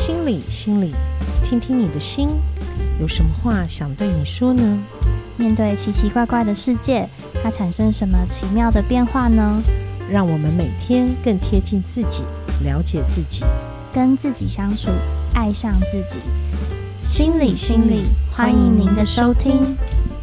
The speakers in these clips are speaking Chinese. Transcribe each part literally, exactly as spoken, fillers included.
心里心里，听听你的心，有什么话想对你说呢？ 面对奇奇怪怪的世界，它产生什么奇妙的变化呢？ 让我们每天更贴近自己，了解自己， 跟自己相处，爱上自己。心里心里，欢迎您的收听。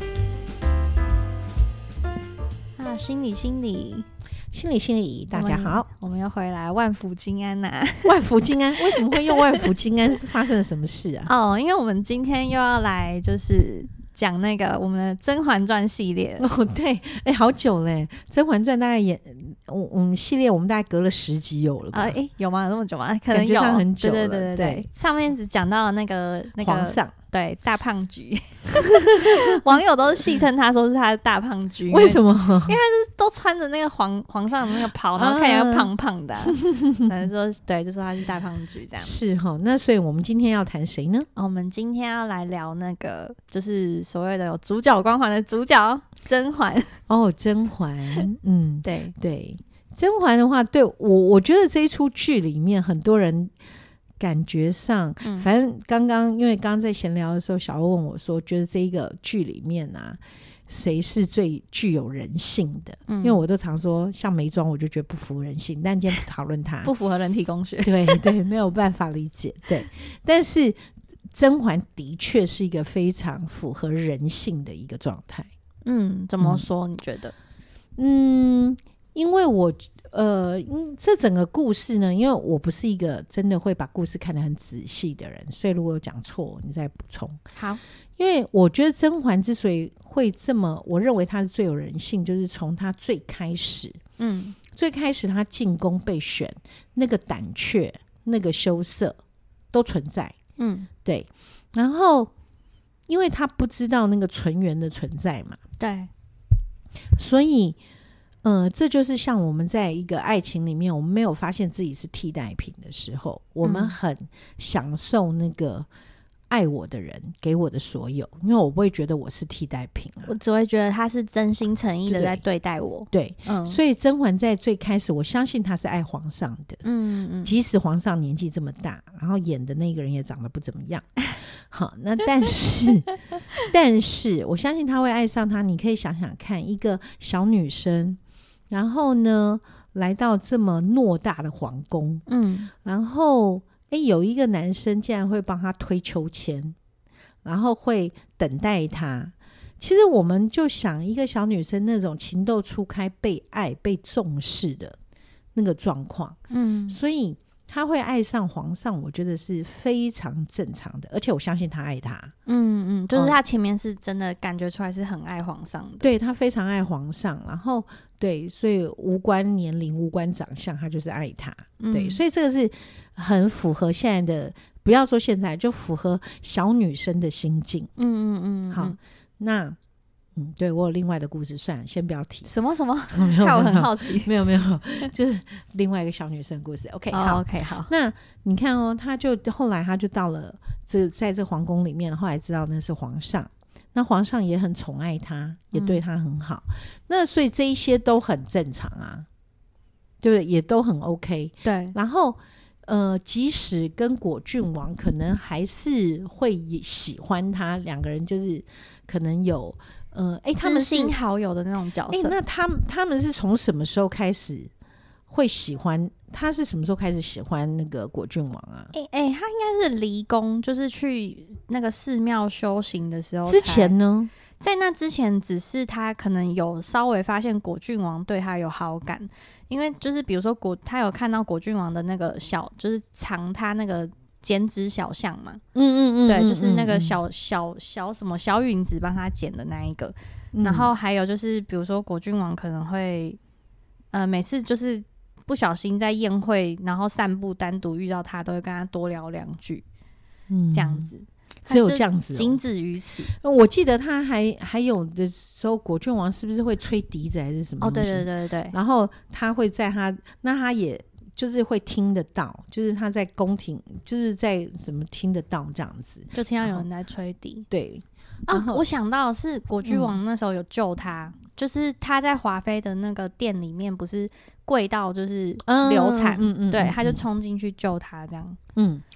啊，心里心里， 心里心里，大家好， 我们又回来，万福金安呐、啊！ 万福金安，为什么会用万福金安？是发生了什么事啊？ 哦，因为我们今天又要来，就是讲那个我们的《甄嬛传》系列。 哦，对，哎，好久嘞，《甄嬛传》大概演我我们系列，我们大概隔了十集有了吧？ 啊，哎，有吗？有这么久吗？可能有， 感觉上很久了。 对对对对对，上面只讲到那个那个皇上。 对，大胖菊，网友都戏称他说是他的大胖菊， 为什么？ 因为他就是都穿着那个皇皇上的那个袍，然后看起来又胖胖的、啊，反正说对，就说他是大胖菊这样。 是哈，那所以我们今天要谈谁呢？ 哦，我们今天要来聊那个，就是所谓的有主角光环的主角甄嬛。哦， 甄嬛，嗯， 对对，甄嬛的话，对我我觉得这一出剧里面很多人。感觉上，嗯、反正刚刚因为刚刚在闲聊的时候，小欧问我说，觉得这一个剧里面啊，谁是最具有人性的？嗯、因为我都常说，像眉庄，我就觉得不符人性，但今天不讨论它， 不符合人体工学， 对对，没有办法理解。对，但是甄嬛的确是一个非常符合人性的一个状态。 嗯，怎么说？嗯、你觉得？ 嗯，因为我。呃，这整个故事呢，因为我不是一个真的会把故事看得很仔细的人，所以如果有讲错，你再补充。 好， 因为我觉得甄嬛之所以会这么，我认为她是最有人性，就是从她最开始，嗯，最开始她进宫被选，那个胆怯、那个羞涩都存在，嗯，对。然后，因为她不知道那个纯元的存在嘛， 对， 所以。呃，这就是像我们在一个爱情里面，我们没有发现自己是替代品的时候，我们很享受那个爱我的人给我的所有，因为我不会觉得我是替代品啊， 我只会觉得他是真心诚意的在对待我。 对，对嗯、所以甄嬛在最开始，我相信她是爱皇上的，嗯嗯，即使皇上年纪这么大，然后演的那个人也长得不怎么样，好，那但是但是我相信他会爱上他。你可以想想看，一个小女生。然后呢，来到这么偌大的皇宫，嗯，然后哎，有一个男生竟然会帮他推秋千，然后会等待他。其实我们就想，一个小女生那种情窦初开、被爱、被重视的那个状况，嗯，所以他会爱上皇上，我觉得是非常正常的，而且我相信他爱他。 嗯嗯，就是他前面是真的感觉出来是很爱皇上的， 对，他非常爱皇上，然后对，所以无关年龄、无关长相，他就是爱他。嗯、对，所以这个是很符合现在的，不要说现在，就符合小女生的心境。嗯嗯嗯，好，那。嗯，对，我有另外的故事，算了，先不要提。 什么什么？看我很好奇。 没有没有，就是另外一个小女生的故事。OK， 好、 oh, ，OK， 好。 那你看哦，他就后来他就到了这，在这皇宫里面，后来知道那是皇上，那皇上也很宠爱他，也对他很好。嗯、那所以这一些都很正常啊，对不对？也都很 OK。 对， 然后。呃，即使跟果郡王可能还是会喜欢他，两个人就是可能有呃，哎，他们知心好友的那种角色。 哎，那他们他们是从什么时候开始会喜欢？他是什么时候开始喜欢那个果郡王啊？ 哎哎，他应该是离宫，就是去那个寺庙修行的时候。 之前呢？ 在那之前，只是他可能有稍微发现果郡王对他有好感，因为就是比如说果，他有看到果郡王的那个小，就是藏他那个剪纸小象嘛，嗯嗯嗯，对，就是那个小小小什么小允子帮他剪的那一个，嗯、然后还有就是比如说果郡王可能会，呃，每次就是不小心在宴会然后散步单独遇到他，都会跟他多聊两句，嗯，这样子。 只有这样子、哦， 仅止于此。 我记得他还还有的时候，果郡王是不是会吹笛子还是什么东西？ 哦，对对对对。 然后他会在他，那他也就是会听得到，就是他在宫廷，就是在什么听得到这样子， 就听到有人在吹笛。 对啊，我想到的是果郡王那时候有救他，嗯、就是他在华妃的那个店里面，不是跪到就是流产，嗯嗯嗯嗯、对，他就冲进去救他这样。 嗯。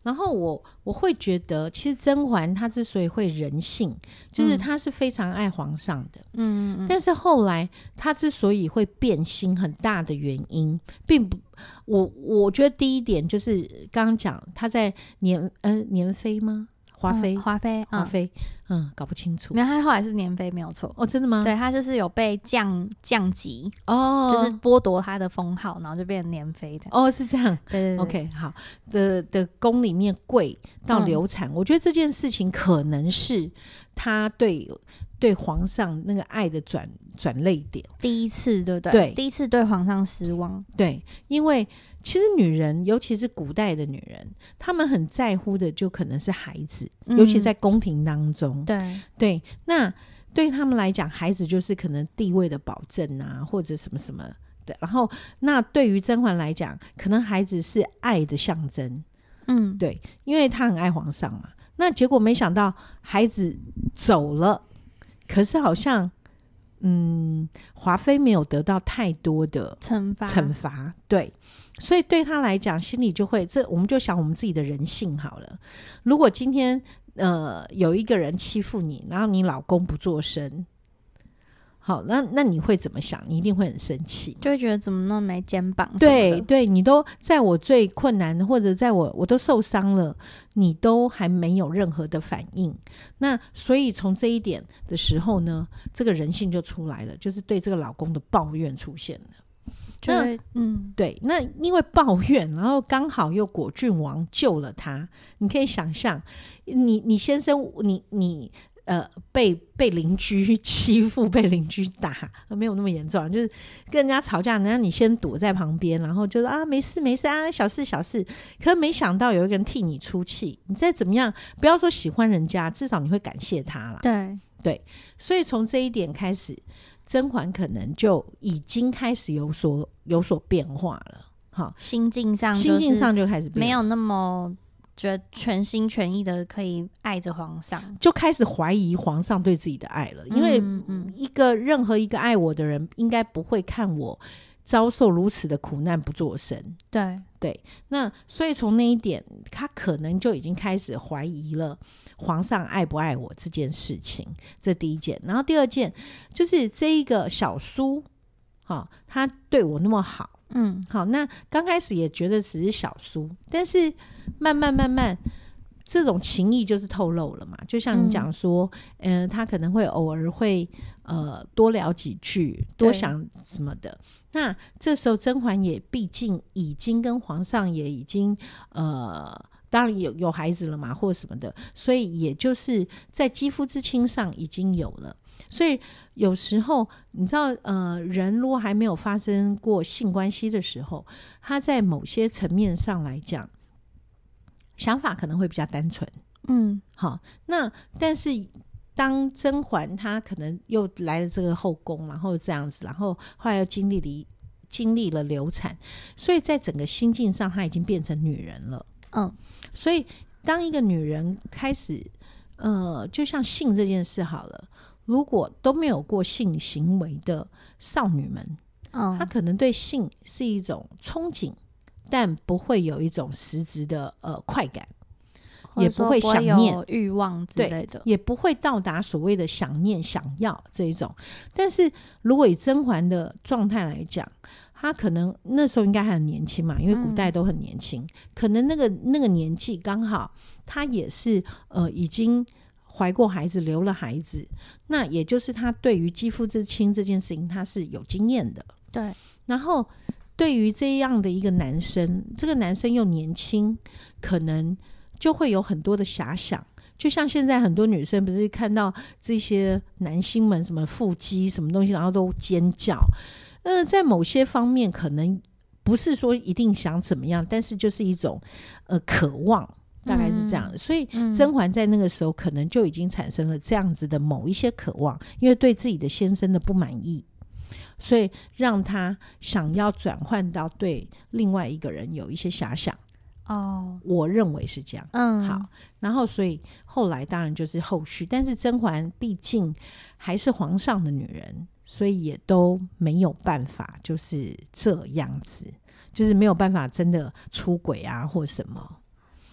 然后我我会觉得，其实甄嬛她之所以会人性，就是她是非常爱皇上的，嗯嗯，但是后来她之所以会变心，很大的原因，并不，我我觉得第一点就是刚刚讲她在年呃年妃吗？华妃， 嗯、华妃， 华妃，嗯，搞不清楚。 没有，他后来是年妃，没有错。 哦，真的吗？ 对，他就是有被降降级， 哦， 就是剥夺他的封号，然后就变成年妃的。 哦，是这样。 对对对 ，OK， 好的的宫里面跪到流产、嗯，我觉得这件事情可能是他对对皇上那个爱的转转捩点， 第一次，对不对？ 对， 第一次对皇上失望。 对，因为。其实女人，尤其是古代的女人，她们很在乎的就可能是孩子，嗯、尤其在宫廷当中。 对对，那对他们来讲，孩子就是可能地位的保证啊，或者什么什么的。然后，那对于甄嬛来讲，可能孩子是爱的象征。嗯，对，因为她很爱皇上嘛。那结果没想到孩子走了，可是好像。嗯，华妃没有得到太多的惩罚， 惩罚，对，所以对他来讲，心里就会这，我们就想我们自己的人性好了。如果今天呃有一个人欺负你，然后你老公不做声，好，那那你会怎么想？你一定会很生气， 就会觉得怎么那么没肩膀？ 对对，你都在我最困难的，或者在我我都受伤了，你都还没有任何的反应。那所以从这一点的时候呢，这个人性就出来了，就是对这个老公的抱怨出现了。 那嗯， 对，那因为抱怨，然后刚好又果郡王救了他，你可以想象，你你先生，你你。呃，被被邻居欺负，被邻居打，没有那么严重，就是跟人家吵架，人家你先躲在旁边，然后就说啊，没事没事啊，小事小事。可是没想到有一个人替你出气，你再怎么样，不要说喜欢人家，至少你会感谢他啦。 对对，所以从这一点开始，甄嬛可能就已经开始有所有所变化了。哈， 心境上， 心境上就开始变没有那么。觉得全心全意的可以爱着皇上， 就开始怀疑皇上对自己的爱了。因为一个任何一个爱我的人，应该不会看我遭受如此的苦难不作声。 对对，那所以从那一点，他可能就已经开始怀疑了皇上爱不爱我这件事情。这第一件，然后第二件就是这一个小苏，哦，他对我那么好。嗯，好，那刚开始也觉得只是小苏，但是慢慢慢慢这种情谊就是透露了嘛，就像你讲说嗯、呃，他可能会偶尔会呃多聊几句，多想什么的。那这时候甄嬛也毕竟已经跟皇上也已经呃当然有有孩子了嘛，或者什么的，所以也就是在肌肤之亲上已经有了。所以有时候你知道呃，人如果还没有发生过性关系的时候，他在某些层面上来讲想法可能会比较单纯。嗯，好，那但是当甄嬛她可能又来了这个后宫，然后这样子，然后后来又经历了经历了流产，所以在整个心境上她已经变成女人了。嗯，所以当一个女人开始呃，就像性这件事好了，如果都没有过性行为的少女们，哦，她可能对性是一种憧憬，但不会有一种实质的呃快感，也不会想念欲望之类的， 也不会到达所谓的想念想要这一种。但是如果以甄嬛的状态来讲，她可能那时候应该还很年轻嘛，因为古代都很年轻，嗯，可能那个那个年纪刚好她也是呃已经怀过孩子，留了孩子，那也就是她对于肌肤之亲这件事情她是有经验的。 对， 然后对于这样的一个男生，这个男生又年轻，可能就会有很多的遐想。就像现在很多女生不是看到这些男星们什么腹肌什么东西，然后都尖叫，呃，在某些方面可能不是说一定想怎么样，但是就是一种呃渴望，大概是这样的。嗯，所以甄嬛在那个时候可能就已经产生了这样子的某一些渴望，因为对自己的先生的不满意，所以让他想要转换到对另外一个人有一些遐想。哦，我认为是这样。嗯，好，然后所以后来当然就是后续，但是甄嬛毕竟还是皇上的女人，所以也都没有办法就是这样子，就是没有办法真的出轨啊或什么。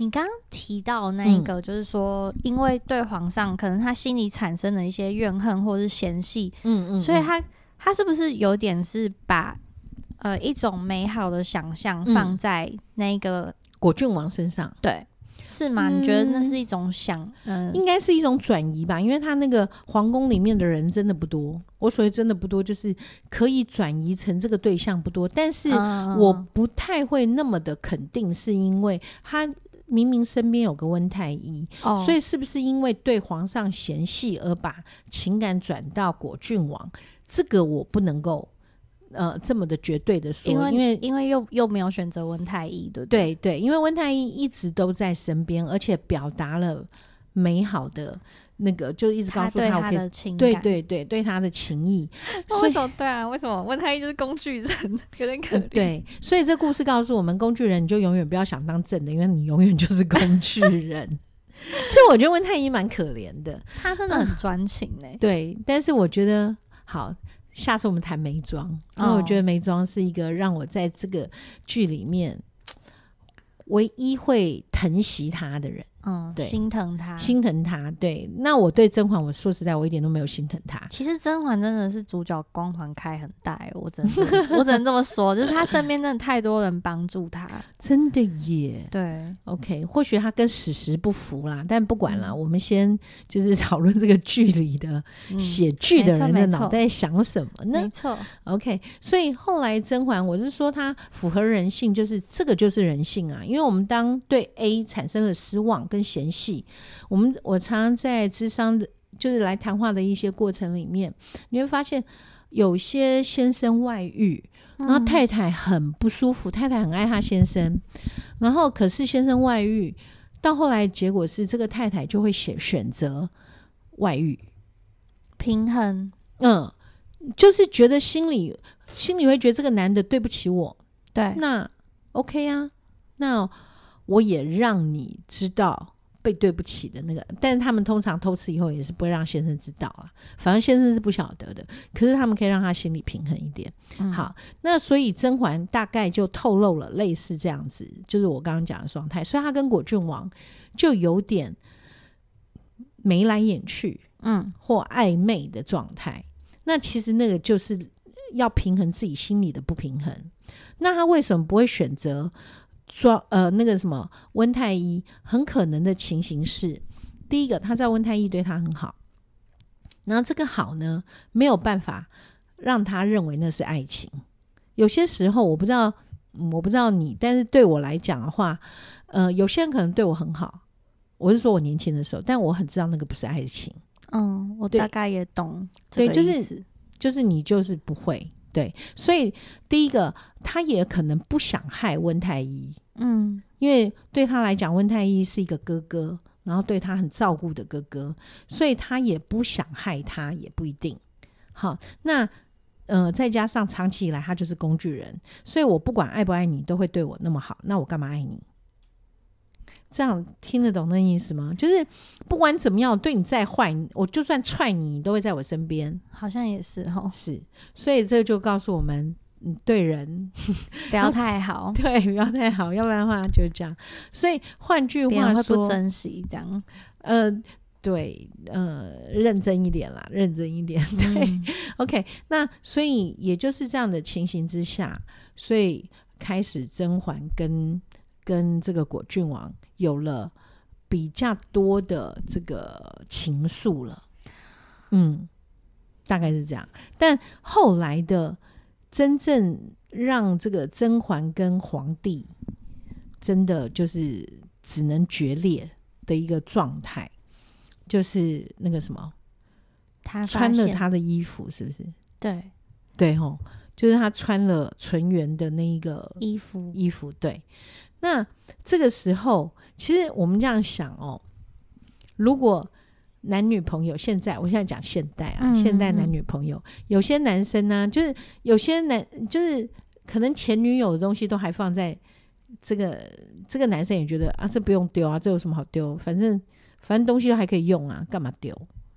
你刚刚提到那一个，就是说，嗯、因为对皇上可能他心里产生了一些怨恨或是嫌隙，嗯 嗯, 嗯，所以他他是不是有点是把呃一种美好的想象放在那个果郡王身上？ 对。是吗？你觉得那是一种想，嗯， 应该是一种转移吧，因为他那个皇宫里面的人真的不多，我所谓真的不多，就是可以转移成这个对象不多，但是我不太会那么的肯定，是因为他明明身边有个温太医，哦、所以是不是因为对皇上嫌隙而把情感转到果郡王？这个我不能够。呃，这么的绝对的说， 因为因为因为又又没有选择温太医，对不对？对对，因为温太医一直都在身边，而且表达了美好的那个，就一直告诉他他对他的情感，对对对，对他的情谊。 为什么？对啊，为什么温太医就是工具人，有点可怜、呃。 对，所以这故事告诉我们，工具人你就永远不要想当正的，因为你永远就是工具人。其实我觉得温太医蛮可怜的， 他真的很专情呢、欸嗯。 对，但是我觉得好。下次我们谈眉庄，因为我觉得眉庄是一个让我在这个剧里面唯一会疼惜他的人。 嗯，对，心疼他， 心疼他。对，那我对甄嬛，我说实在，我一点都没有心疼他。 其实甄嬛真的是主角光环开很大，我真的，我只能这么说，就是他身边真的太多人帮助他， 真的耶。 对 ，OK， 或许他跟史实不符啦，但不管啦、嗯，我们先就是讨论这个剧里的写剧的人的脑袋想什么呢？ 没错 ，OK， 所以后来甄嬛，我是说他符合人性，就是这个就是人性啊，因为我们当对 A 产生了失望。跟嫌隙，我们我常常在諮商的，就是来谈话的一些过程里面，你会发现有些先生外遇，然后太太很不舒服，太太很爱他先生，然后可是先生外遇，到后来结果是这个太太就会选选择外遇， 平衡， 嗯，就是觉得心里心里会觉得这个男的对不起我， 对， 那 OK 啊，那。我也让你知道被对不起的那个，但是他们通常偷吃以后也是不会让先生知道啊，反正先生是不晓得的，可是他们可以让他心里平衡一点、嗯、好，那所以甄嬛大概就透露了类似这样子，就是我刚刚讲的状态，所以他跟果郡王就有点眉来眼去嗯，或暧昧的状态，那其实那个就是要平衡自己心里的不平衡，那他为什么不会选择说呃那个什么温太医？很可能的情形是，第一个他知道温太医对他很好，然后这个好呢没有办法让他认为那是爱情。有些时候我不知道、嗯、我不知道你，但是对我来讲的话，呃，有些人可能对我很好，我是说我年轻的时候，但我很知道那个不是爱情。 嗯，我大概也懂这个意思。 对，就是就是你就是不会。对，所以第一个他也可能不想害温太医，嗯，因为对他来讲温太医是一个哥哥，然后对他很照顾的哥哥，所以他也不想害他，也不一定。好，那呃再加上长期以来他就是工具人，所以我不管爱不爱你都会对我那么好，那我干嘛爱你？这样听得懂那意思吗？就是不管怎么样，我对你再坏，我就算踹你，你都会在我身边。 好像也是齁， 是，所以这就告诉我们，对人不要太好， 对，不要太好，要不然的话就是这样。所以换句话说， 别人会不珍惜这样。 呃，对，呃，认真一点啦，认真一点。对、嗯、，OK， 那所以也就是这样的情形之下，所以开始甄嬛跟跟这个果郡王有了比较多的这个情愫了，嗯，大概是这样。但后来的真正让这个甄嬛跟皇帝真的就是只能决裂的一个状态，就是那个什么， 他穿了他的衣服，是不是？ 对对齁，就是他穿了纯元的那一个衣服， 衣服对。那这个时候其实我们这样想哦，如果男女朋友，现在我现在讲现代啊、嗯、现代男女朋友，有些男生呢、啊、就是有些男就是可能前女友的东西都还放在这个这个男生也觉得啊这不用丢啊，这有什么好丢，反正反正东西都还可以用啊，干嘛丢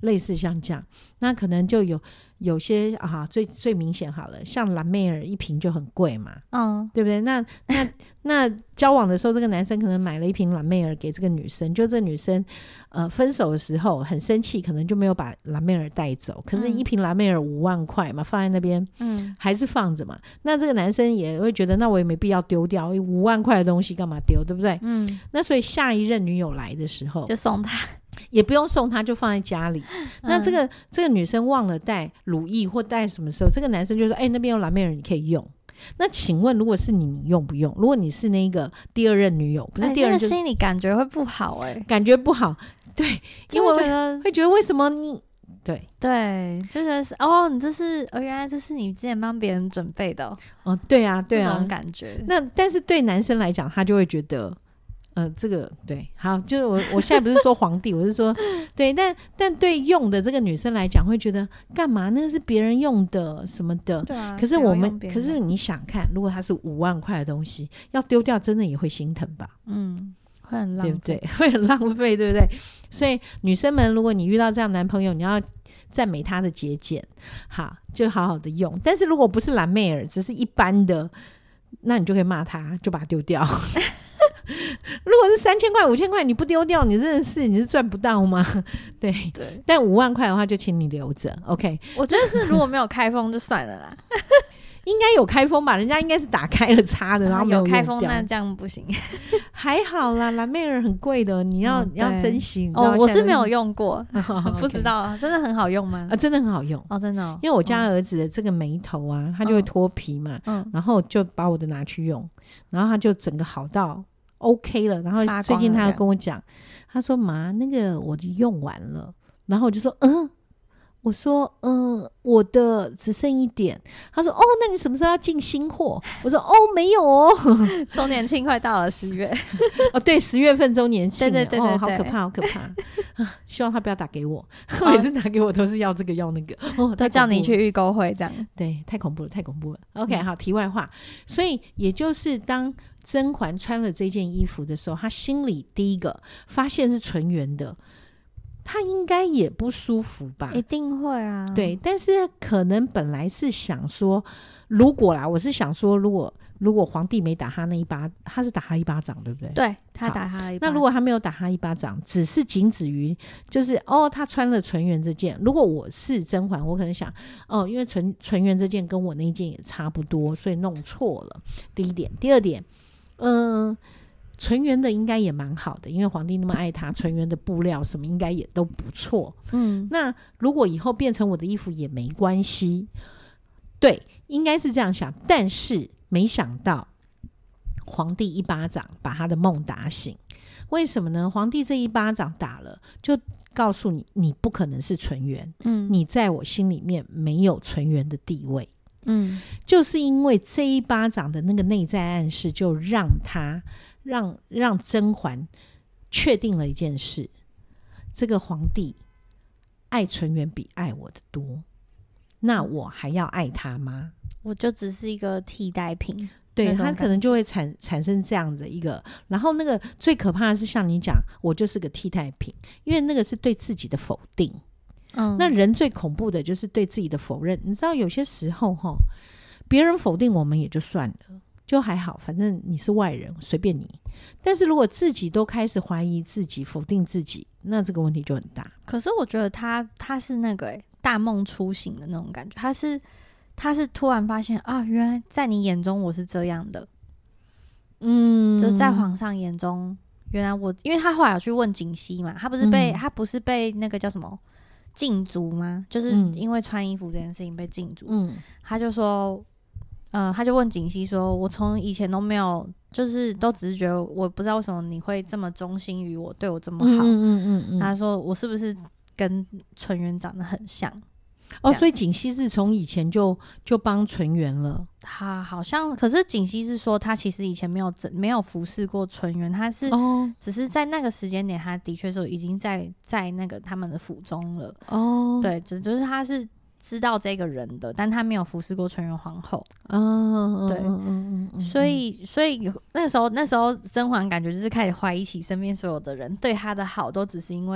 类似像这样，那可能就有有些啊，最最明显好了，像蓝妹儿一瓶就很贵嘛，嗯，对不对？那那那交往的时候，这个男生可能买了一瓶蓝妹儿给这个女生，就这女生呃分手的时候很生气，可能就没有把蓝妹儿带走，可是一瓶蓝妹儿五万块嘛，放在那边，嗯，还是放着嘛。那这个男生也会觉得，那我也没必要丢掉五万块的东西，干嘛丢，对不对？嗯，那所以下一任女友来的时候， 就送他。 也不用送他，就放在家里。那这个、嗯、这个女生忘了带乳液或带什么时候，这个男生就说：“哎、欸，那边有蓝妹儿，你可以用。”那请问，如果是你，你用不用？如果你是那个第二任女友，不是第二任、就是， 欸、心里感觉会不好哎、欸， 感觉不好，对，因为觉得会觉得为什么你对对，就觉得是哦，你这是哦，原来这是你之前帮别人准备的 哦, 哦，对啊，对啊， 这种感觉。 那但是对男生来讲，他就会觉得。呃，这个对，好，就是我我现在不是说皇帝，我是说对，但但对用的这个女生来讲，会觉得干嘛？那是别人用的什么的， 对啊。 可是我们，可是你想看，如果它是五万块的东西，要丢掉，真的也会心疼吧？ 嗯，会很浪费， 对不对？会很浪费，对不对？所以女生们，如果你遇到这样男朋友，你要赞美他的节俭，好，就好好的用。但是如果不是蓝妹儿，只是一般的，那你就可以骂他，就把它丢掉。如果是三千块五千块你不丢掉，你真的是你是赚不到吗？对对，但五万块的话就请你留着 OK。 我觉得是如果没有开封就算了啦。 应该有开封吧，人家应该是打开了插的，然后没有用掉。 有开封那这样不行。 还好啦，蓝妹儿很贵的，你要、哦、你要珍惜。 哦，我是没有用过。不知道真的很好用吗？ 啊，真的很好用哦， 真的、哦。 因为我家儿子的这个眉头啊、嗯、他就会脱皮嘛、嗯、然后就把我的拿去用，然后他就整个好到OK 了，然后最近他又跟我讲，他说妈，那个我就用完了，然后我就说嗯，我说嗯，我的只剩一点，他说哦，那你什么时候要进新货？我说哦，没有哦， 周年庆快到了，十月哦，对，十月份周年庆， 对对 对, 对, 对、 哦，好可怕，好可怕啊！希望他不要打给我，我每次打给我都是要这个要那个，哦， 都叫你去预购会这样， 对，太恐怖了，太恐怖了。OK， 好，题外话，所以也就是当甄嬛穿了这件衣服的时候，她心里第一个发现是纯元的，她应该也不舒服吧？ 一定会啊。 对，但是可能本来是想说，如果啦，我是想说，如果如果皇帝没打他那一巴，他是打他一巴掌，对不对？ 对，他打他一巴掌。 那如果他没有打他一巴掌，只是仅止于就是哦，他穿了纯元这件。如果我是甄嬛，我可能想哦，因为纯纯元这件跟我那一件也差不多，所以弄错了。第一点，第二点。嗯，纯元的应该也蛮好的，因为皇帝那么爱他，纯元的布料什么应该也都不错。嗯，那如果以后变成我的衣服也没关系，对，应该是这样想。但是没想到皇帝一巴掌把他的梦打醒，为什么呢？皇帝这一巴掌打了，就告诉你，你不可能是纯元，嗯，你在我心里面没有纯元的地位。嗯，就是因为这一巴掌的那个内在暗示，就让他让让甄嬛确定了一件事：这个皇帝爱纯元比爱我的多，那我还要爱他吗？ 我就只是一个替代品。 对，他可能就会产产生这样的一个，然后那个最可怕的是像你讲，我就是个替代品，因为那个是对自己的否定。嗯，那人最恐怖的就是对自己的否认。你知道有些时候齁，别人否定我们也就算了，就还好，反正你是外人，随便你。但是如果自己都开始怀疑自己，否定自己，那这个问题就很大。 可是我觉得他他是那个、欸、大梦初醒的那种感觉，他是他是突然发现啊，原来在你眼中我是这样的。嗯，就是在皇上眼中，原来我，因为他后来有去问槿汐嘛，他不是被、嗯、他不是被那个叫什么禁足吗？就是因为穿衣服这件事情被禁足。嗯，他就说，呃，他就问槿汐说：“我从以前都没有，就是都只是觉得，我不知道为什么你会这么忠心于我，对我这么好。”嗯嗯嗯嗯。他说：“我是不是跟纯元长得很像？” 哦，所以槿汐是从以前就就帮纯元了。 他好像，可是槿汐是说，他其实以前没有没有服侍过纯元，他是、哦、只是在那个时间点，他的确是已经在在那个他们的府中了。哦，对，只就是他是知道这个人的，但他没有服侍过纯元皇后。哦，对，嗯嗯嗯，所以所以那个时候那时候甄嬛感觉就是开始怀疑起身边所有的人对他的好，都只是因为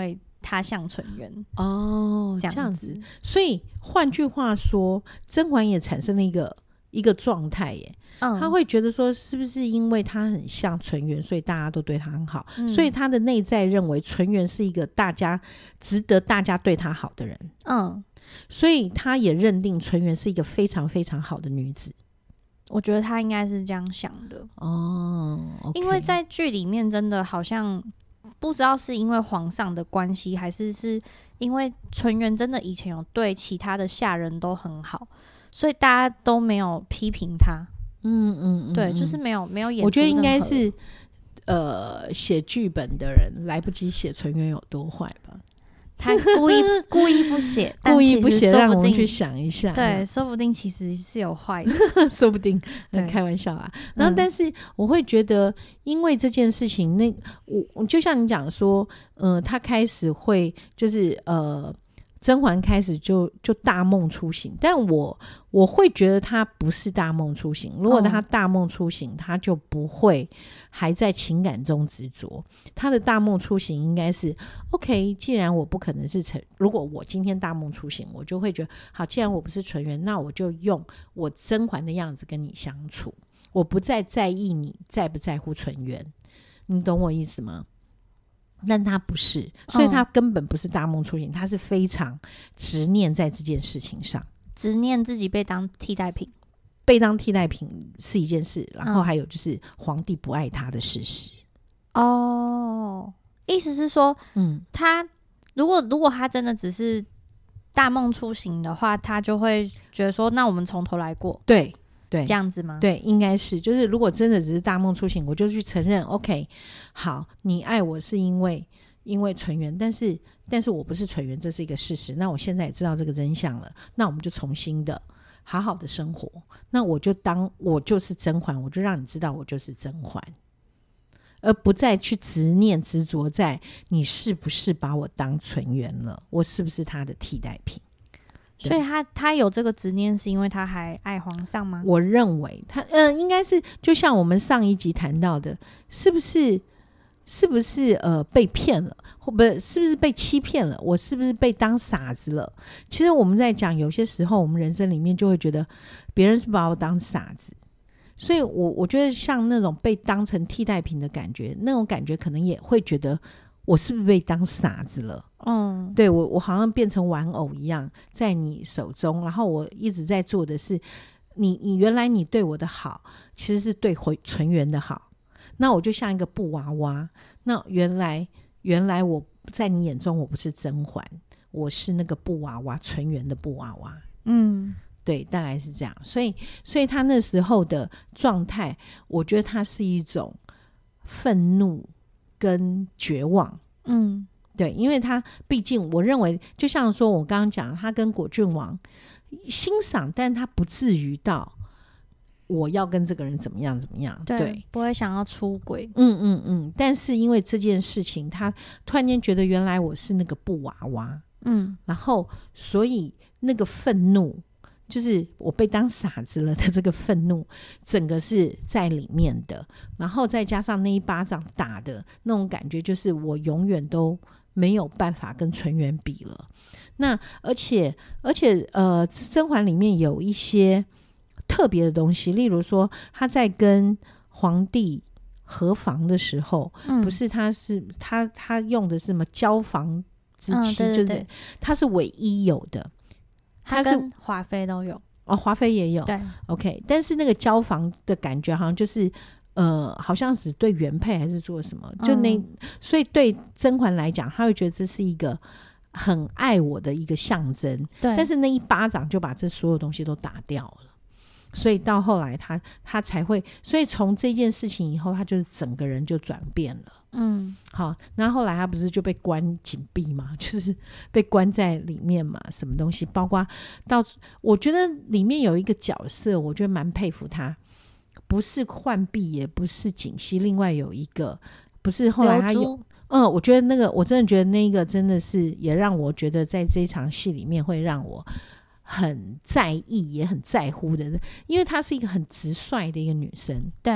他像纯元哦， 这样子。所以换句话说，甄嬛也产生了一个一个状态耶。嗯，他会觉得说是不是因为他很像纯元，所以大家都对他很好、嗯、所以他的内在认为纯元是一个大家值得大家对他好的人。嗯，所以他也认定纯元是一个非常非常好的女子。 我觉得他应该是这样想的哦、okay、 因为在剧里面真的好像不知道是因为皇上的关系，还是是因为纯元真的以前有对其他的下人都很好，所以大家都没有批评他。嗯嗯, 嗯对，就是没有没有演出。 我觉得应该是呃，写剧本的人来不及写纯元有多坏吧。 他故意故意不写， 故意不写，让我们去想一下。 对，说不定其实是有坏的， 说不定开玩笑啊。然后，但是我会觉得，因为这件事情，那我就像你讲说，呃，他开始会就是呃。甄嬛开始就就大梦初醒，但我我会觉得他不是大梦初醒。如果他大梦初醒、哦、他就不会还在情感中执着。他的大梦初醒应该是 OK， 既然我不可能是纯，如果我今天大梦初醒，我就会觉得好，既然我不是纯元，那我就用我甄嬛的样子跟你相处，我不再在意你在不在乎纯元，你懂我意思吗？但他不是，所以他根本不是大梦初醒、嗯、他是非常执念在这件事情上， 执念自己被当替代品， 被当替代品是一件事，然后还有就是皇帝不爱他的事实。 哦，意思是说，嗯，他如果如果他真的只是大梦初醒的话，他就会觉得说，那我们从头来过。 对。对， 这样子吗？ 对，应该是，就是如果真的只是大梦初醒，我就去承认 OK， 好，你爱我是因为因为纯元，但是但是我不是纯元，这是一个事实。那我现在也知道这个真相了，那我们就重新的好好的生活。那我就当我就是甄嬛，我就让你知道我就是甄嬛，而不再去执念执着在你是不是把我当纯元了，我是不是他的替代品。 所以他他有这个执念是因为他还爱皇上吗？ 我认为他嗯、呃，应该是就像我们上一集谈到的，是不是是不是呃被骗了，或不是是不是被欺骗了，我是不是被当傻子了。其实我们在讲有些时候我们人生里面就会觉得别人是把我当傻子，所以我我觉得像那种被当成替代品的感觉，那种感觉可能也会觉得我是不是被当傻子了。嗯，对，我我好像变成玩偶一样在你手中，然后我一直在做的是你你原来你对我的好其实是对回纯元的好，那我就像一个布娃娃，那原来原来我在你眼中我不是甄嬛，我是那个布娃娃，纯元的布娃娃。嗯，对，大概是这样。所以所以他那时候的状态，我觉得他是一种愤怒跟绝望。嗯，对，因为他毕竟我认为就像说我刚刚讲他跟果郡王欣赏，但他不至于到我要跟这个人怎么样怎么样。 对, 对， 不会想要出轨。 嗯嗯嗯，但是因为这件事情他突然间觉得原来我是那个布娃娃。嗯，然后所以那个愤怒就是我被当傻子了的这个愤怒整个是在里面的，然后再加上那一巴掌打的那种感觉，就是我永远都没有办法跟纯元比了。那而且而且呃，甄嬛里面有一些特别的东西，例如说他在跟皇帝合房的时候、嗯、不是他是他他用的是什么交房之妻、嗯、对对对，就是他是唯一有的， 他跟华妃都有哦，华妃也有， 对 OK， 但是那个交房的感觉好像就是呃，好像只对原配还是做什么，就那、嗯、所以对甄嬛来讲，他会觉得这是一个很爱我的一个象征，对，但是那一巴掌就把这所有东西都打掉了，所以到后来他他才会，所以从这件事情以后，他就是整个人就转变了。嗯，好，然后后来他不是就被关紧闭嘛，就是被关在里面嘛，什么东西，包括到我觉得里面有一个角色，我觉得蛮佩服他，不是浣碧，也不是槿汐，另外有一个不是后来他有，嗯，我觉得那个我真的觉得那个真的是也让我觉得在这一场戏里面会让我很在意也很在乎的，因为她是一个很直率的一个女生， 对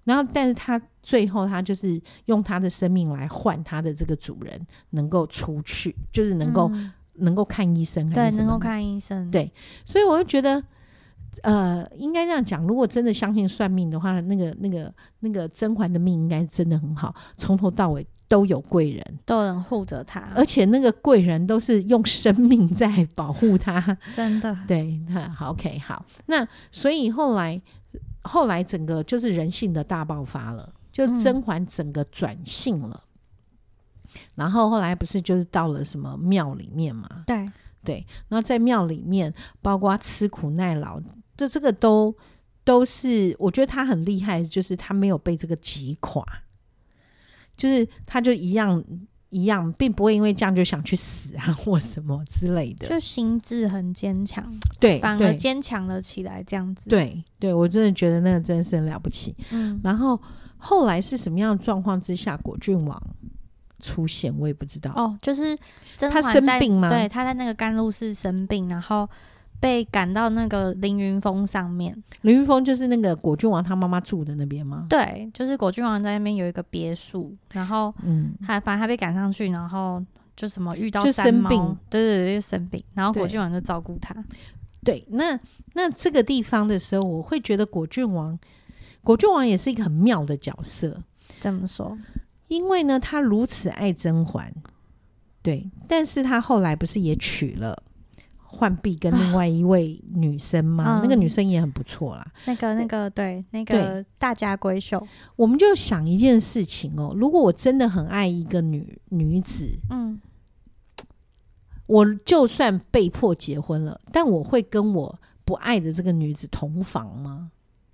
然后但是他最后他就是用他的生命来换他的这个主人能够出去，就是能够、嗯、能够看医生还是什么， 对，能够看医生， 对，所以我就觉得呃，应该这样讲，如果真的相信算命的话，那个那个那个甄嬛的命应该真的很好，从头到尾都有贵人， 都有人护着他， 而且那个贵人都是用生命在保护他， 真的， 对，好 OK 好，那所以后来后来整个就是人性的大爆发了，就甄嬛整个转性了、嗯、然后后来不是就是到了什么庙里面嘛， 对对，然后在庙里面包括吃苦耐劳，这这个都都是我觉得他很厉害，就是他没有被这个击垮，就是他就一样一样，并不会因为这样就想去死啊或什么之类的， 就心智很坚强， 对， 反而坚强了起来这样子， 对对，我真的觉得那个真的是很了不起。 嗯， 然后后来是什么样的状况之下果郡王出现我也不知道哦，就是他生病吗？ 对，他在那个甘露寺生病，然后被赶到那个凌云峰上面。 凌云峰就是那个果郡王他妈妈住的那边吗？ 对，就是果郡王在那边有一个别墅，然后嗯，他反正他被赶上去，然后就什么遇到山猫， 就生病， 对对对，就生病，然后果郡王就照顾他。 对，那那这个地方的时候，我会觉得果郡王，果郡王也是一个很妙的角色。 怎么说？ 因为呢，他如此爱甄嬛，对，但是他后来不是也娶了浣碧跟另外一位女生吗？啊、那个女生也很不错啦。 那个那个对，那个大家闺秀。我们就想一件事情哦，如果我真的很爱一个女女子，嗯，我就算被迫结婚了，但我会跟我不爱的这个女子同房吗？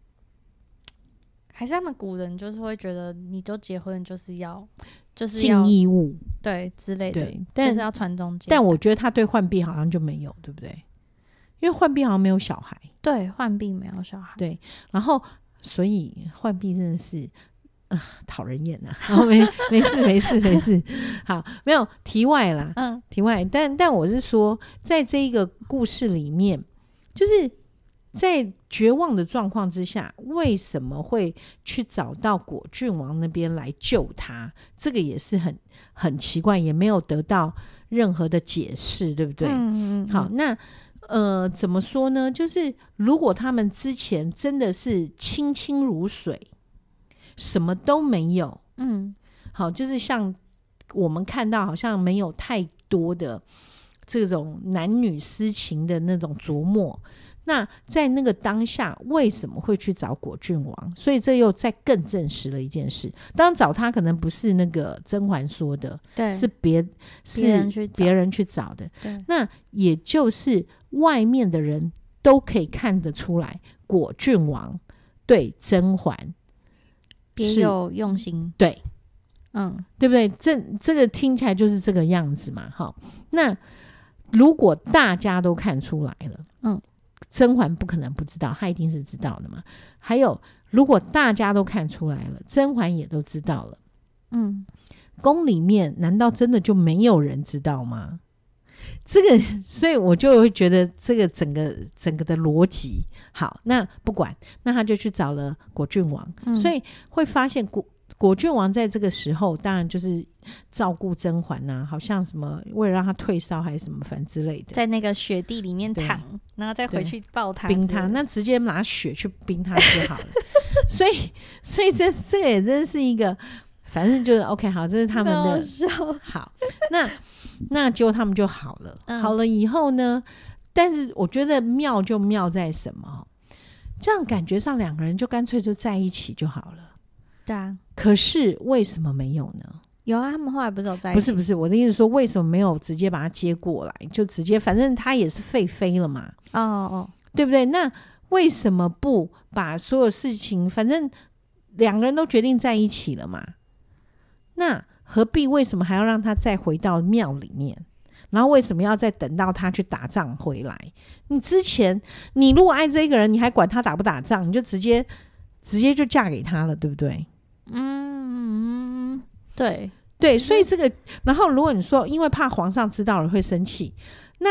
还是他们古人就是会觉得你都结婚就是要就是要尽义务， 对之类的， 对，但就是要传宗接代。 但我觉得他对浣碧好像就没有，对不对？因为浣碧好像没有小孩， 对，浣碧没有小孩， 对，然后所以浣碧真的是啊讨人厌啊。然后没没事没事没事，好，没有题外啦，嗯，题外，但但我是说，在这一个故事里面，就是在绝望的状况之下，为什么会去找到果郡王那边来救他？这个也是很很奇怪，也没有得到任何的解释，对不对？嗯嗯嗯。好，那呃，怎么说呢？就是如果他们之前真的是清清如水，什么都没有，嗯，好，就是像我们看到，好像没有太多的这种男女私情的那种琢磨。那在那个当下为什么会去找果郡王？所以这又再更证实了一件事，当然找他可能不是那个甄嬛说的，对，是别是别人去找的，对，那也就是外面的人都可以看得出来果郡王对甄嬛别有用心， 对，嗯，对不对？这这个听起来就是这个样子嘛。好，那如果大家都看出来了，嗯，甄嬛不可能不知道，她一定是知道的嘛。还有，如果大家都看出来了，甄嬛也都知道了，嗯，宫里面难道真的就没有人知道吗？这个，所以我就会觉得这个整个整个的逻辑好。那不管，那他就去找了果郡王，嗯，所以会发现果果郡王在这个时候，当然就是照顾甄嬛啊，好像什么为了让他退烧还是什么反正之类的， 在那个雪地里面躺，然后再回去抱他冰他，那直接拿雪去冰他就好了。所以，所以这这个也真是一个，反正就是 OK 好，这是他们的好。那那结果他们就好了，嗯，好了以后呢？但是我觉得妙就妙在什么？这样感觉上两个人就干脆就在一起就好了。 对啊， 可是为什么没有呢？ 有啊，他们后来不是有在一起？不是不是，我的意思说，为什么没有直接把他接过来，就直接，反正他也是废妃了嘛。哦哦，对不对？那为什么不把所有事情，反正两个人都决定在一起了嘛？那何必为什么还要让他再回到庙里面？然后为什么要再等到他去打仗回来？你之前你如果爱这个人，你还管他打不打仗？你就直接直接就嫁给他了，对不对？ 嗯，对对，所以这个，然后如果你说因为怕皇上知道了会生气，那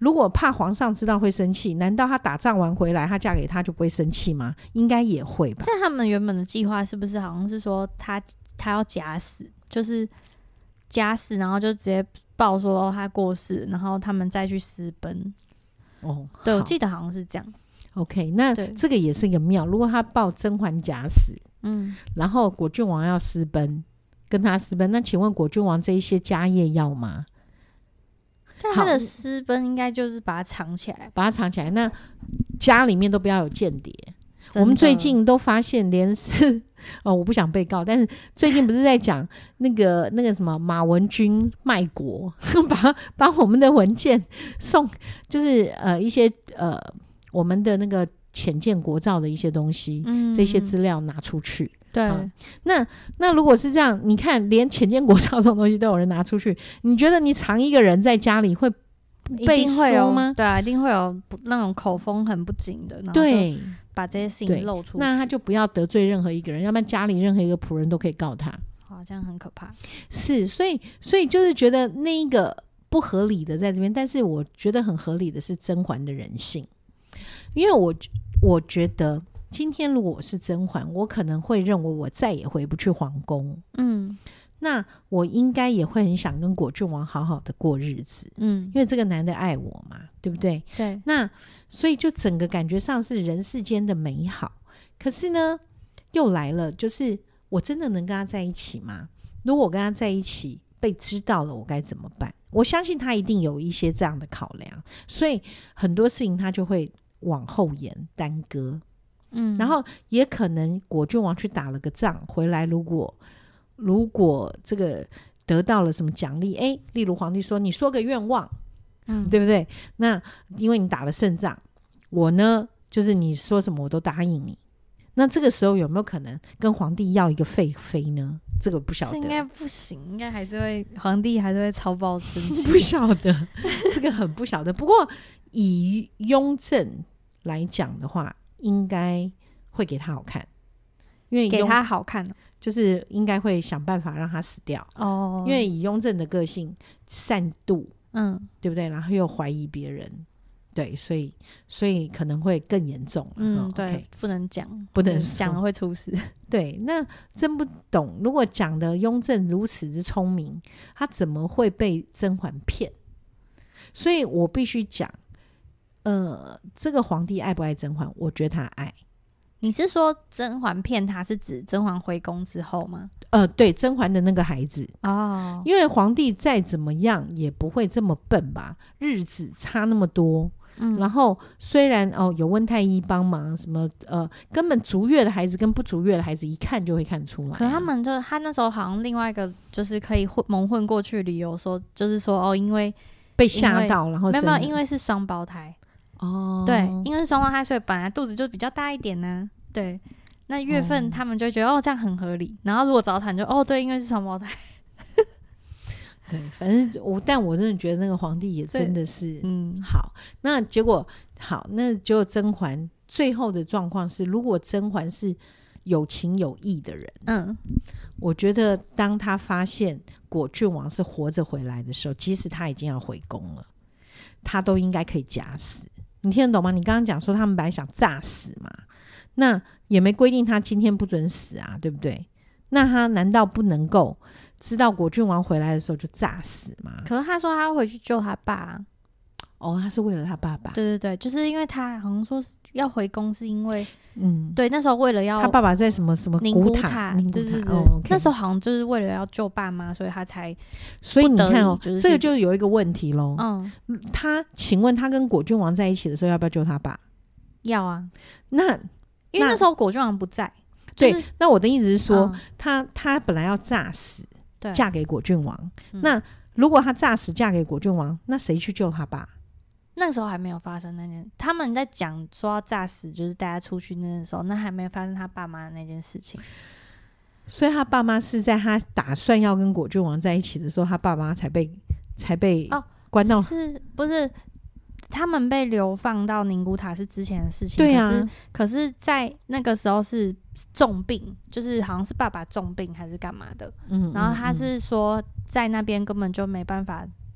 如果怕皇上知道会生气，难道她打仗完回来她嫁给他就不会生气吗？应该也会吧。 但他们原本的计划是不是好像是说他他要假死，就是假死，然后就直接报说、哦、他过世，然后他们再去私奔。 哦， 对，我记得好像是这样。 OK， 那这个也是一个妙。如果他报甄嬛假死，嗯，然后果郡王要私奔，跟他私奔，那请问果郡王这一些家业要吗？ 但他的私奔应该就是把它藏起来， 把它藏起来。那家里面都不要有间谍。我们最近都发现，连是哦，我不想被告，但是最近不是在讲那个那个什么马文君卖国，把把我们的文件送，就是呃一些呃我们的那个潜舰国造的一些东西，嗯、这些资料拿出去。 对， 啊、那那如果是这样，你看连潜舰国造这种东西都有人拿出去，你觉得你藏一个人在家里会被说吗？ 对啊，一定会有那种口风很不紧的，然后对， 把这些事情露出去， 那他就不要得罪任何一个人，要不然家里任何一个仆人都可以告他。 好，这样很可怕。 是，所以所以就是觉得那一个不合理的在这边，但是我觉得很合理的是甄嬛的人性，因为我我觉得今天如果我是甄嬛，我可能会认为我再也回不去皇宫，嗯，那我应该也会很想跟果郡王好好的过日子，嗯，因为这个男的爱我嘛，对不对？ 对， 那所以就整个感觉上是人世间的美好，可是呢又来了，就是我真的能跟他在一起吗？如果我跟他在一起被知道了，我该怎么办？我相信他一定有一些这样的考量，所以很多事情他就会往后延耽搁，嗯，然后也可能果郡王去打了个仗回来，如果如果这个得到了什么奖励，哎，例如皇帝说你说个愿望，嗯，对不对？那因为你打了胜仗，我呢就是你说什么我都答应你，那这个时候有没有可能跟皇帝要一个废妃呢？这个不晓得， 这应该不行，应该还是会皇帝还是会超爆生气， 不晓得，这个很不晓得。不过以雍正来讲的话，应该会给他好看，因为给他好看、哦、 就是应该会想办法让他死掉哦。因为以雍正的个性善妒，嗯，对不对？然后又怀疑别人，对，所以所以可能会更严重。 嗯， 哦、 对， okay, 不能讲， 不能讲了会出事。 对，那真不懂，如果讲的雍正如此之聪明，他怎么会被甄嬛骗？所以我必须讲，呃，这个皇帝爱不爱甄嬛？我觉得他爱。 你是说甄嬛骗他是指甄嬛回宫之后吗？ 呃，对，甄嬛的那个孩子哦， 因为皇帝再怎么样也不会这么笨吧，日子差那么多。嗯、然后虽然哦有温太医帮忙什么呃，根本足月的孩子跟不足月的孩子一看就会看出来、啊。 可他们就他那时候好像另外一个就是可以混蒙混过去理由说，就是说哦因为被吓到然后没有没有，因为是双胞胎哦，对，因为是双胞胎，所以本来肚子就比较大一点呢、啊。对，那月份他们就觉得 哦, 哦这样很合理，然后如果早产就哦对，因为是双胞胎。 对，反正我，但我真的觉得那个皇帝也真的是，嗯，好。那结果好，那结果甄嬛最后的状况是，如果甄嬛是有情有义的人，嗯，我觉得当他发现果郡王是活着回来的时候，即使他已经要回宫了，他都应该可以假死。你听得懂吗？你刚刚讲说他们本来想诈死嘛，那也没规定他今天不准死啊，对不对？那他难道不能够知道果郡王回来的时候就诈死吗？ 可是他说他要回去救他爸、啊、 哦，他是为了他爸爸。 对对对，就是因为他好像说要回宫是因为嗯，对，那时候为了要他爸爸在什么什么宁古塔， 宁古塔， 对对对、 哦 okay、 那时候好像就是为了要救爸妈，所以他才所以你看哦，这个就有一个问题咯。嗯，他请问他跟果郡王在一起的时候要不要救他爸？ 要啊， 那因为那时候果郡王不在。 对、就是，那我的意思是说、嗯、他他本来要诈死嫁给果郡王、嗯、那如果他诈死嫁给果郡王，那谁去救他爸？ 那个时候还没有发生那件，他们在讲说要诈死就是带他出去那时候，那还没有发生他爸妈的那件事情， 所以他爸妈是在他打算要跟果郡王在一起的时候，他爸妈才被才被关到、 哦、是不是他们被流放到宁古塔是之前的事情， 对啊， 可是可是在那个时候是重病，就是好像是爸爸重病还是干嘛的，嗯，然后他是说在那边根本就没办法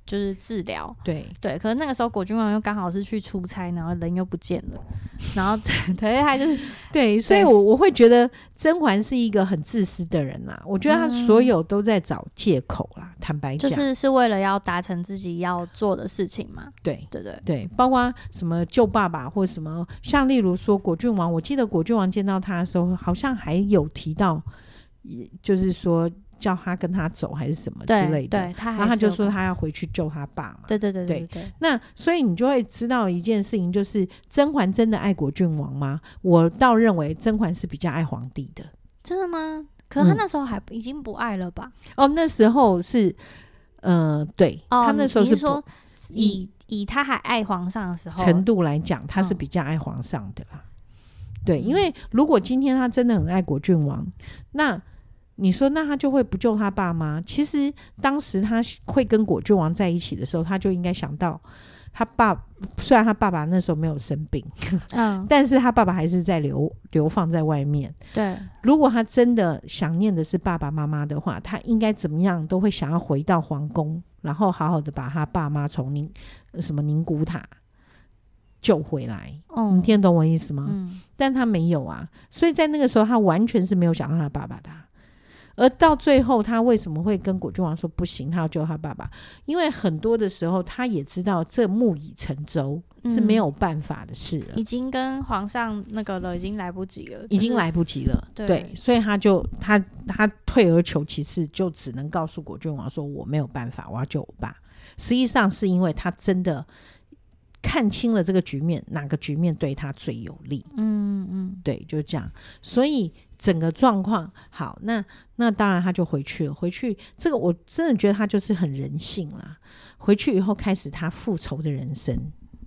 就是治疗， 对对。可是那个时候果郡王又刚好是去出差，然后人又不见了，然后对他就是对，所以我我会觉得甄嬛是一个很自私的人啦。我觉得他所有都在找借口啦，嗯、坦白讲， 就是是为了要达成自己要做的事情嘛。 对对对对，包括什么救爸爸或什么，像例如说果郡王，我记得果郡王见到他的时候，好像还有提到，就是说叫他跟他走还是什么之类的， 对，他还然后他就说他要回去救他爸嘛。 对对对对 对, 对。 那所以你就会知道一件事情，就是甄嬛真的爱果郡王吗？我倒认为甄嬛是比较爱皇帝的。 真的吗？可是他那时候还已经不爱了吧？ 嗯、哦，那时候是呃，对、哦、他那时候是说以以他还爱皇上的时候程度来讲，他是比较爱皇上的啦。嗯、对，因为如果今天他真的很爱果郡王，那你说那他就会不救他爸吗？其实当时他会跟果郡王在一起的时候，他就应该想到他爸，虽然他爸爸那时候没有生病，嗯，但是他爸爸还是在流流放在外面。 对， 如果他真的想念的是爸爸妈妈的话，他应该怎么样都会想要回到皇宫，然后好好的把他爸妈从宁什么宁古塔救回来。哦，你听得懂我意思吗？嗯，但他没有啊，所以在那个时候他完全是没有想到他爸爸的、啊。而到最后他为什么会跟果郡王说不行，他要救他爸爸？因为很多的时候他也知道这木已成舟、嗯、是没有办法的事了， 已经跟皇上那个了，已经来不及了， 已经来不及了。 对, 对，所以他就他他退而求其次，就只能告诉果郡王说我没有办法，我要救我爸。实际上是因为他真的看清了这个局面，哪个局面对他最有利。嗯嗯，对，就这样。所以整个状况好，那那当然他就回去了。回去这个我真的觉得他就是很人性啦。回去以后开始他复仇的人生。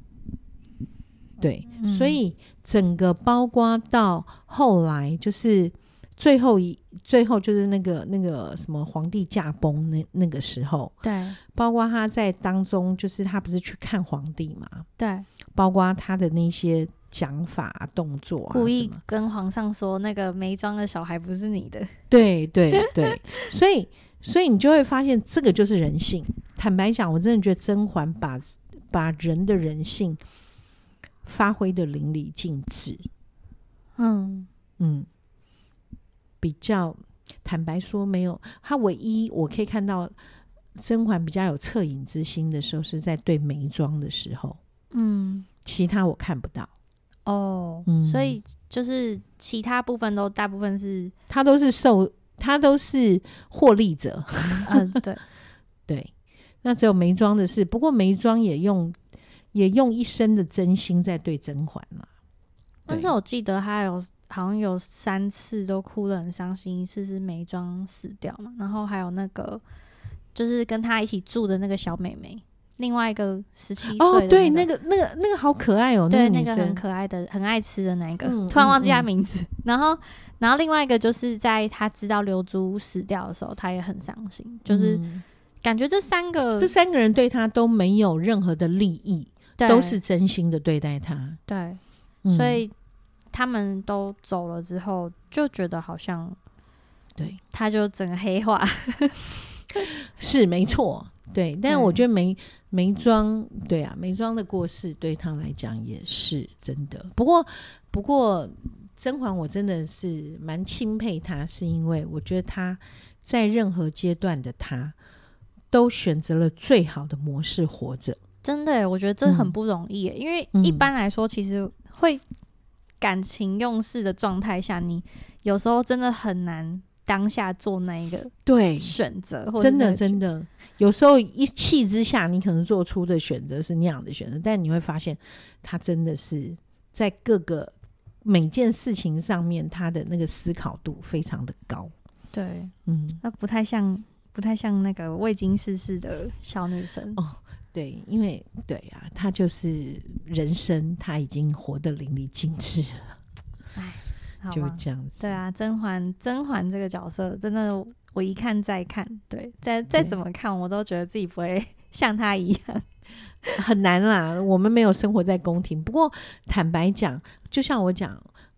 对、嗯、所以整个包括到后来就是最后一最后就是那个那个什么皇帝驾崩那那个时候， 对， 包括他在当中就是他不是去看皇帝嘛， 对， 包括他的那些讲法、啊、动作、啊、 故意跟皇上说那个没装的小孩不是你的。 对对对，所以所以你就会发现这个就是人性。坦白讲，我真的觉得甄嬛把把人的人性发挥的淋漓尽致。嗯嗯，比较坦白说没有，他唯一我可以看到甄嬛比较有恻隐之心的时候是在对眉庄的时候。嗯，其他我看不到。 哦、嗯，所以就是其他部分都大部分是他都是受他都是获利者。 嗯，对对，那只有眉庄的事。不过眉庄也用也用一生的真心在对甄嬛嘛。 但是我记得他有好像有三次都哭得很伤心，一次是眉庄死掉嘛，然后还有那个就是跟他一起住的那个小妹妹，另外一个十七岁的、那個、 哦，对，那个那个那个好可爱哦， 对， 那个女生那个很可爱的，很爱吃的那个， 嗯、 突然忘记他名字。嗯嗯、然后，然后另外一个就是在他知道刘珠死掉的时候，他也很伤心，就是感觉这三个这三个人对他都没有任何的利益，都是真心的对待他。 对，嗯、所以他们都走了之后，就觉得好像对他就整个黑化。 是没错。对，但我觉得眉眉庄，对啊，眉庄的过世对他来讲也是真的。不过，不过甄嬛我真的是蛮钦佩她，是因为我觉得她在任何阶段的她都选择了最好的模式活着。 真的耶，我觉得这很不容易耶、嗯、因为一般来说，其实会感情用事的状态下，你有时候真的很难当下做那一个对选择， 真的真的，有时候一气之下，你可能做出的选择是那样的选择，但你会发现，他真的是在各个每件事情上面，他的那个思考度非常的高。 对，嗯，那不太像，不太像那个未经世事的小女生哦。对，因为对啊，他就是人生，他已经活得淋漓尽致了。哎。就这样子。 对啊，甄嬛甄嬛这个角色真的我一看再看，对，再再怎么看我都觉得自己不会像她一样，很难啦。我们没有生活在宫廷，不过坦白讲，就像我讲，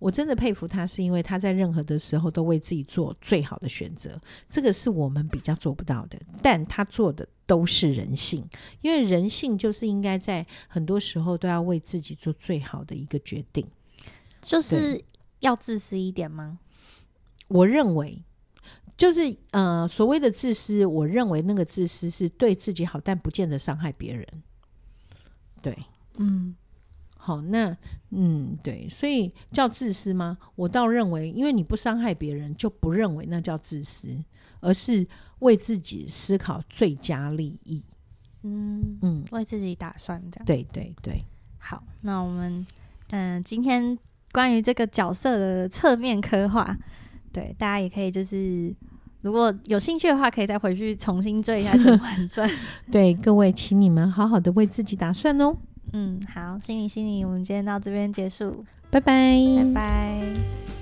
我真的佩服他，是因为他在任何的时候都为自己做最好的选择，这个是我们比较做不到的，但他做的都是人性，因为人性就是应该在很多时候都要为自己做最好的一个决定。 就是要自私一点吗？ 我认为就是呃，所谓的自私，我认为那个自私是对自己好，但不见得伤害别人。对， 嗯， 好，那嗯，对，所以叫自私吗？我倒认为，因为你不伤害别人，就不认为那叫自私，而是为自己思考最佳利益。 嗯嗯，为自己打算这样。 对对对， 好，那我们嗯、呃，今天关于这个角色的侧面刻画，对大家也可以就是如果有兴趣的话，可以再回去重新追一下《甄嬛传》。 对，各位，请你们好好的为自己打算哦。 嗯，好，心理心理，我们今天到这边结束， 拜拜， 拜拜。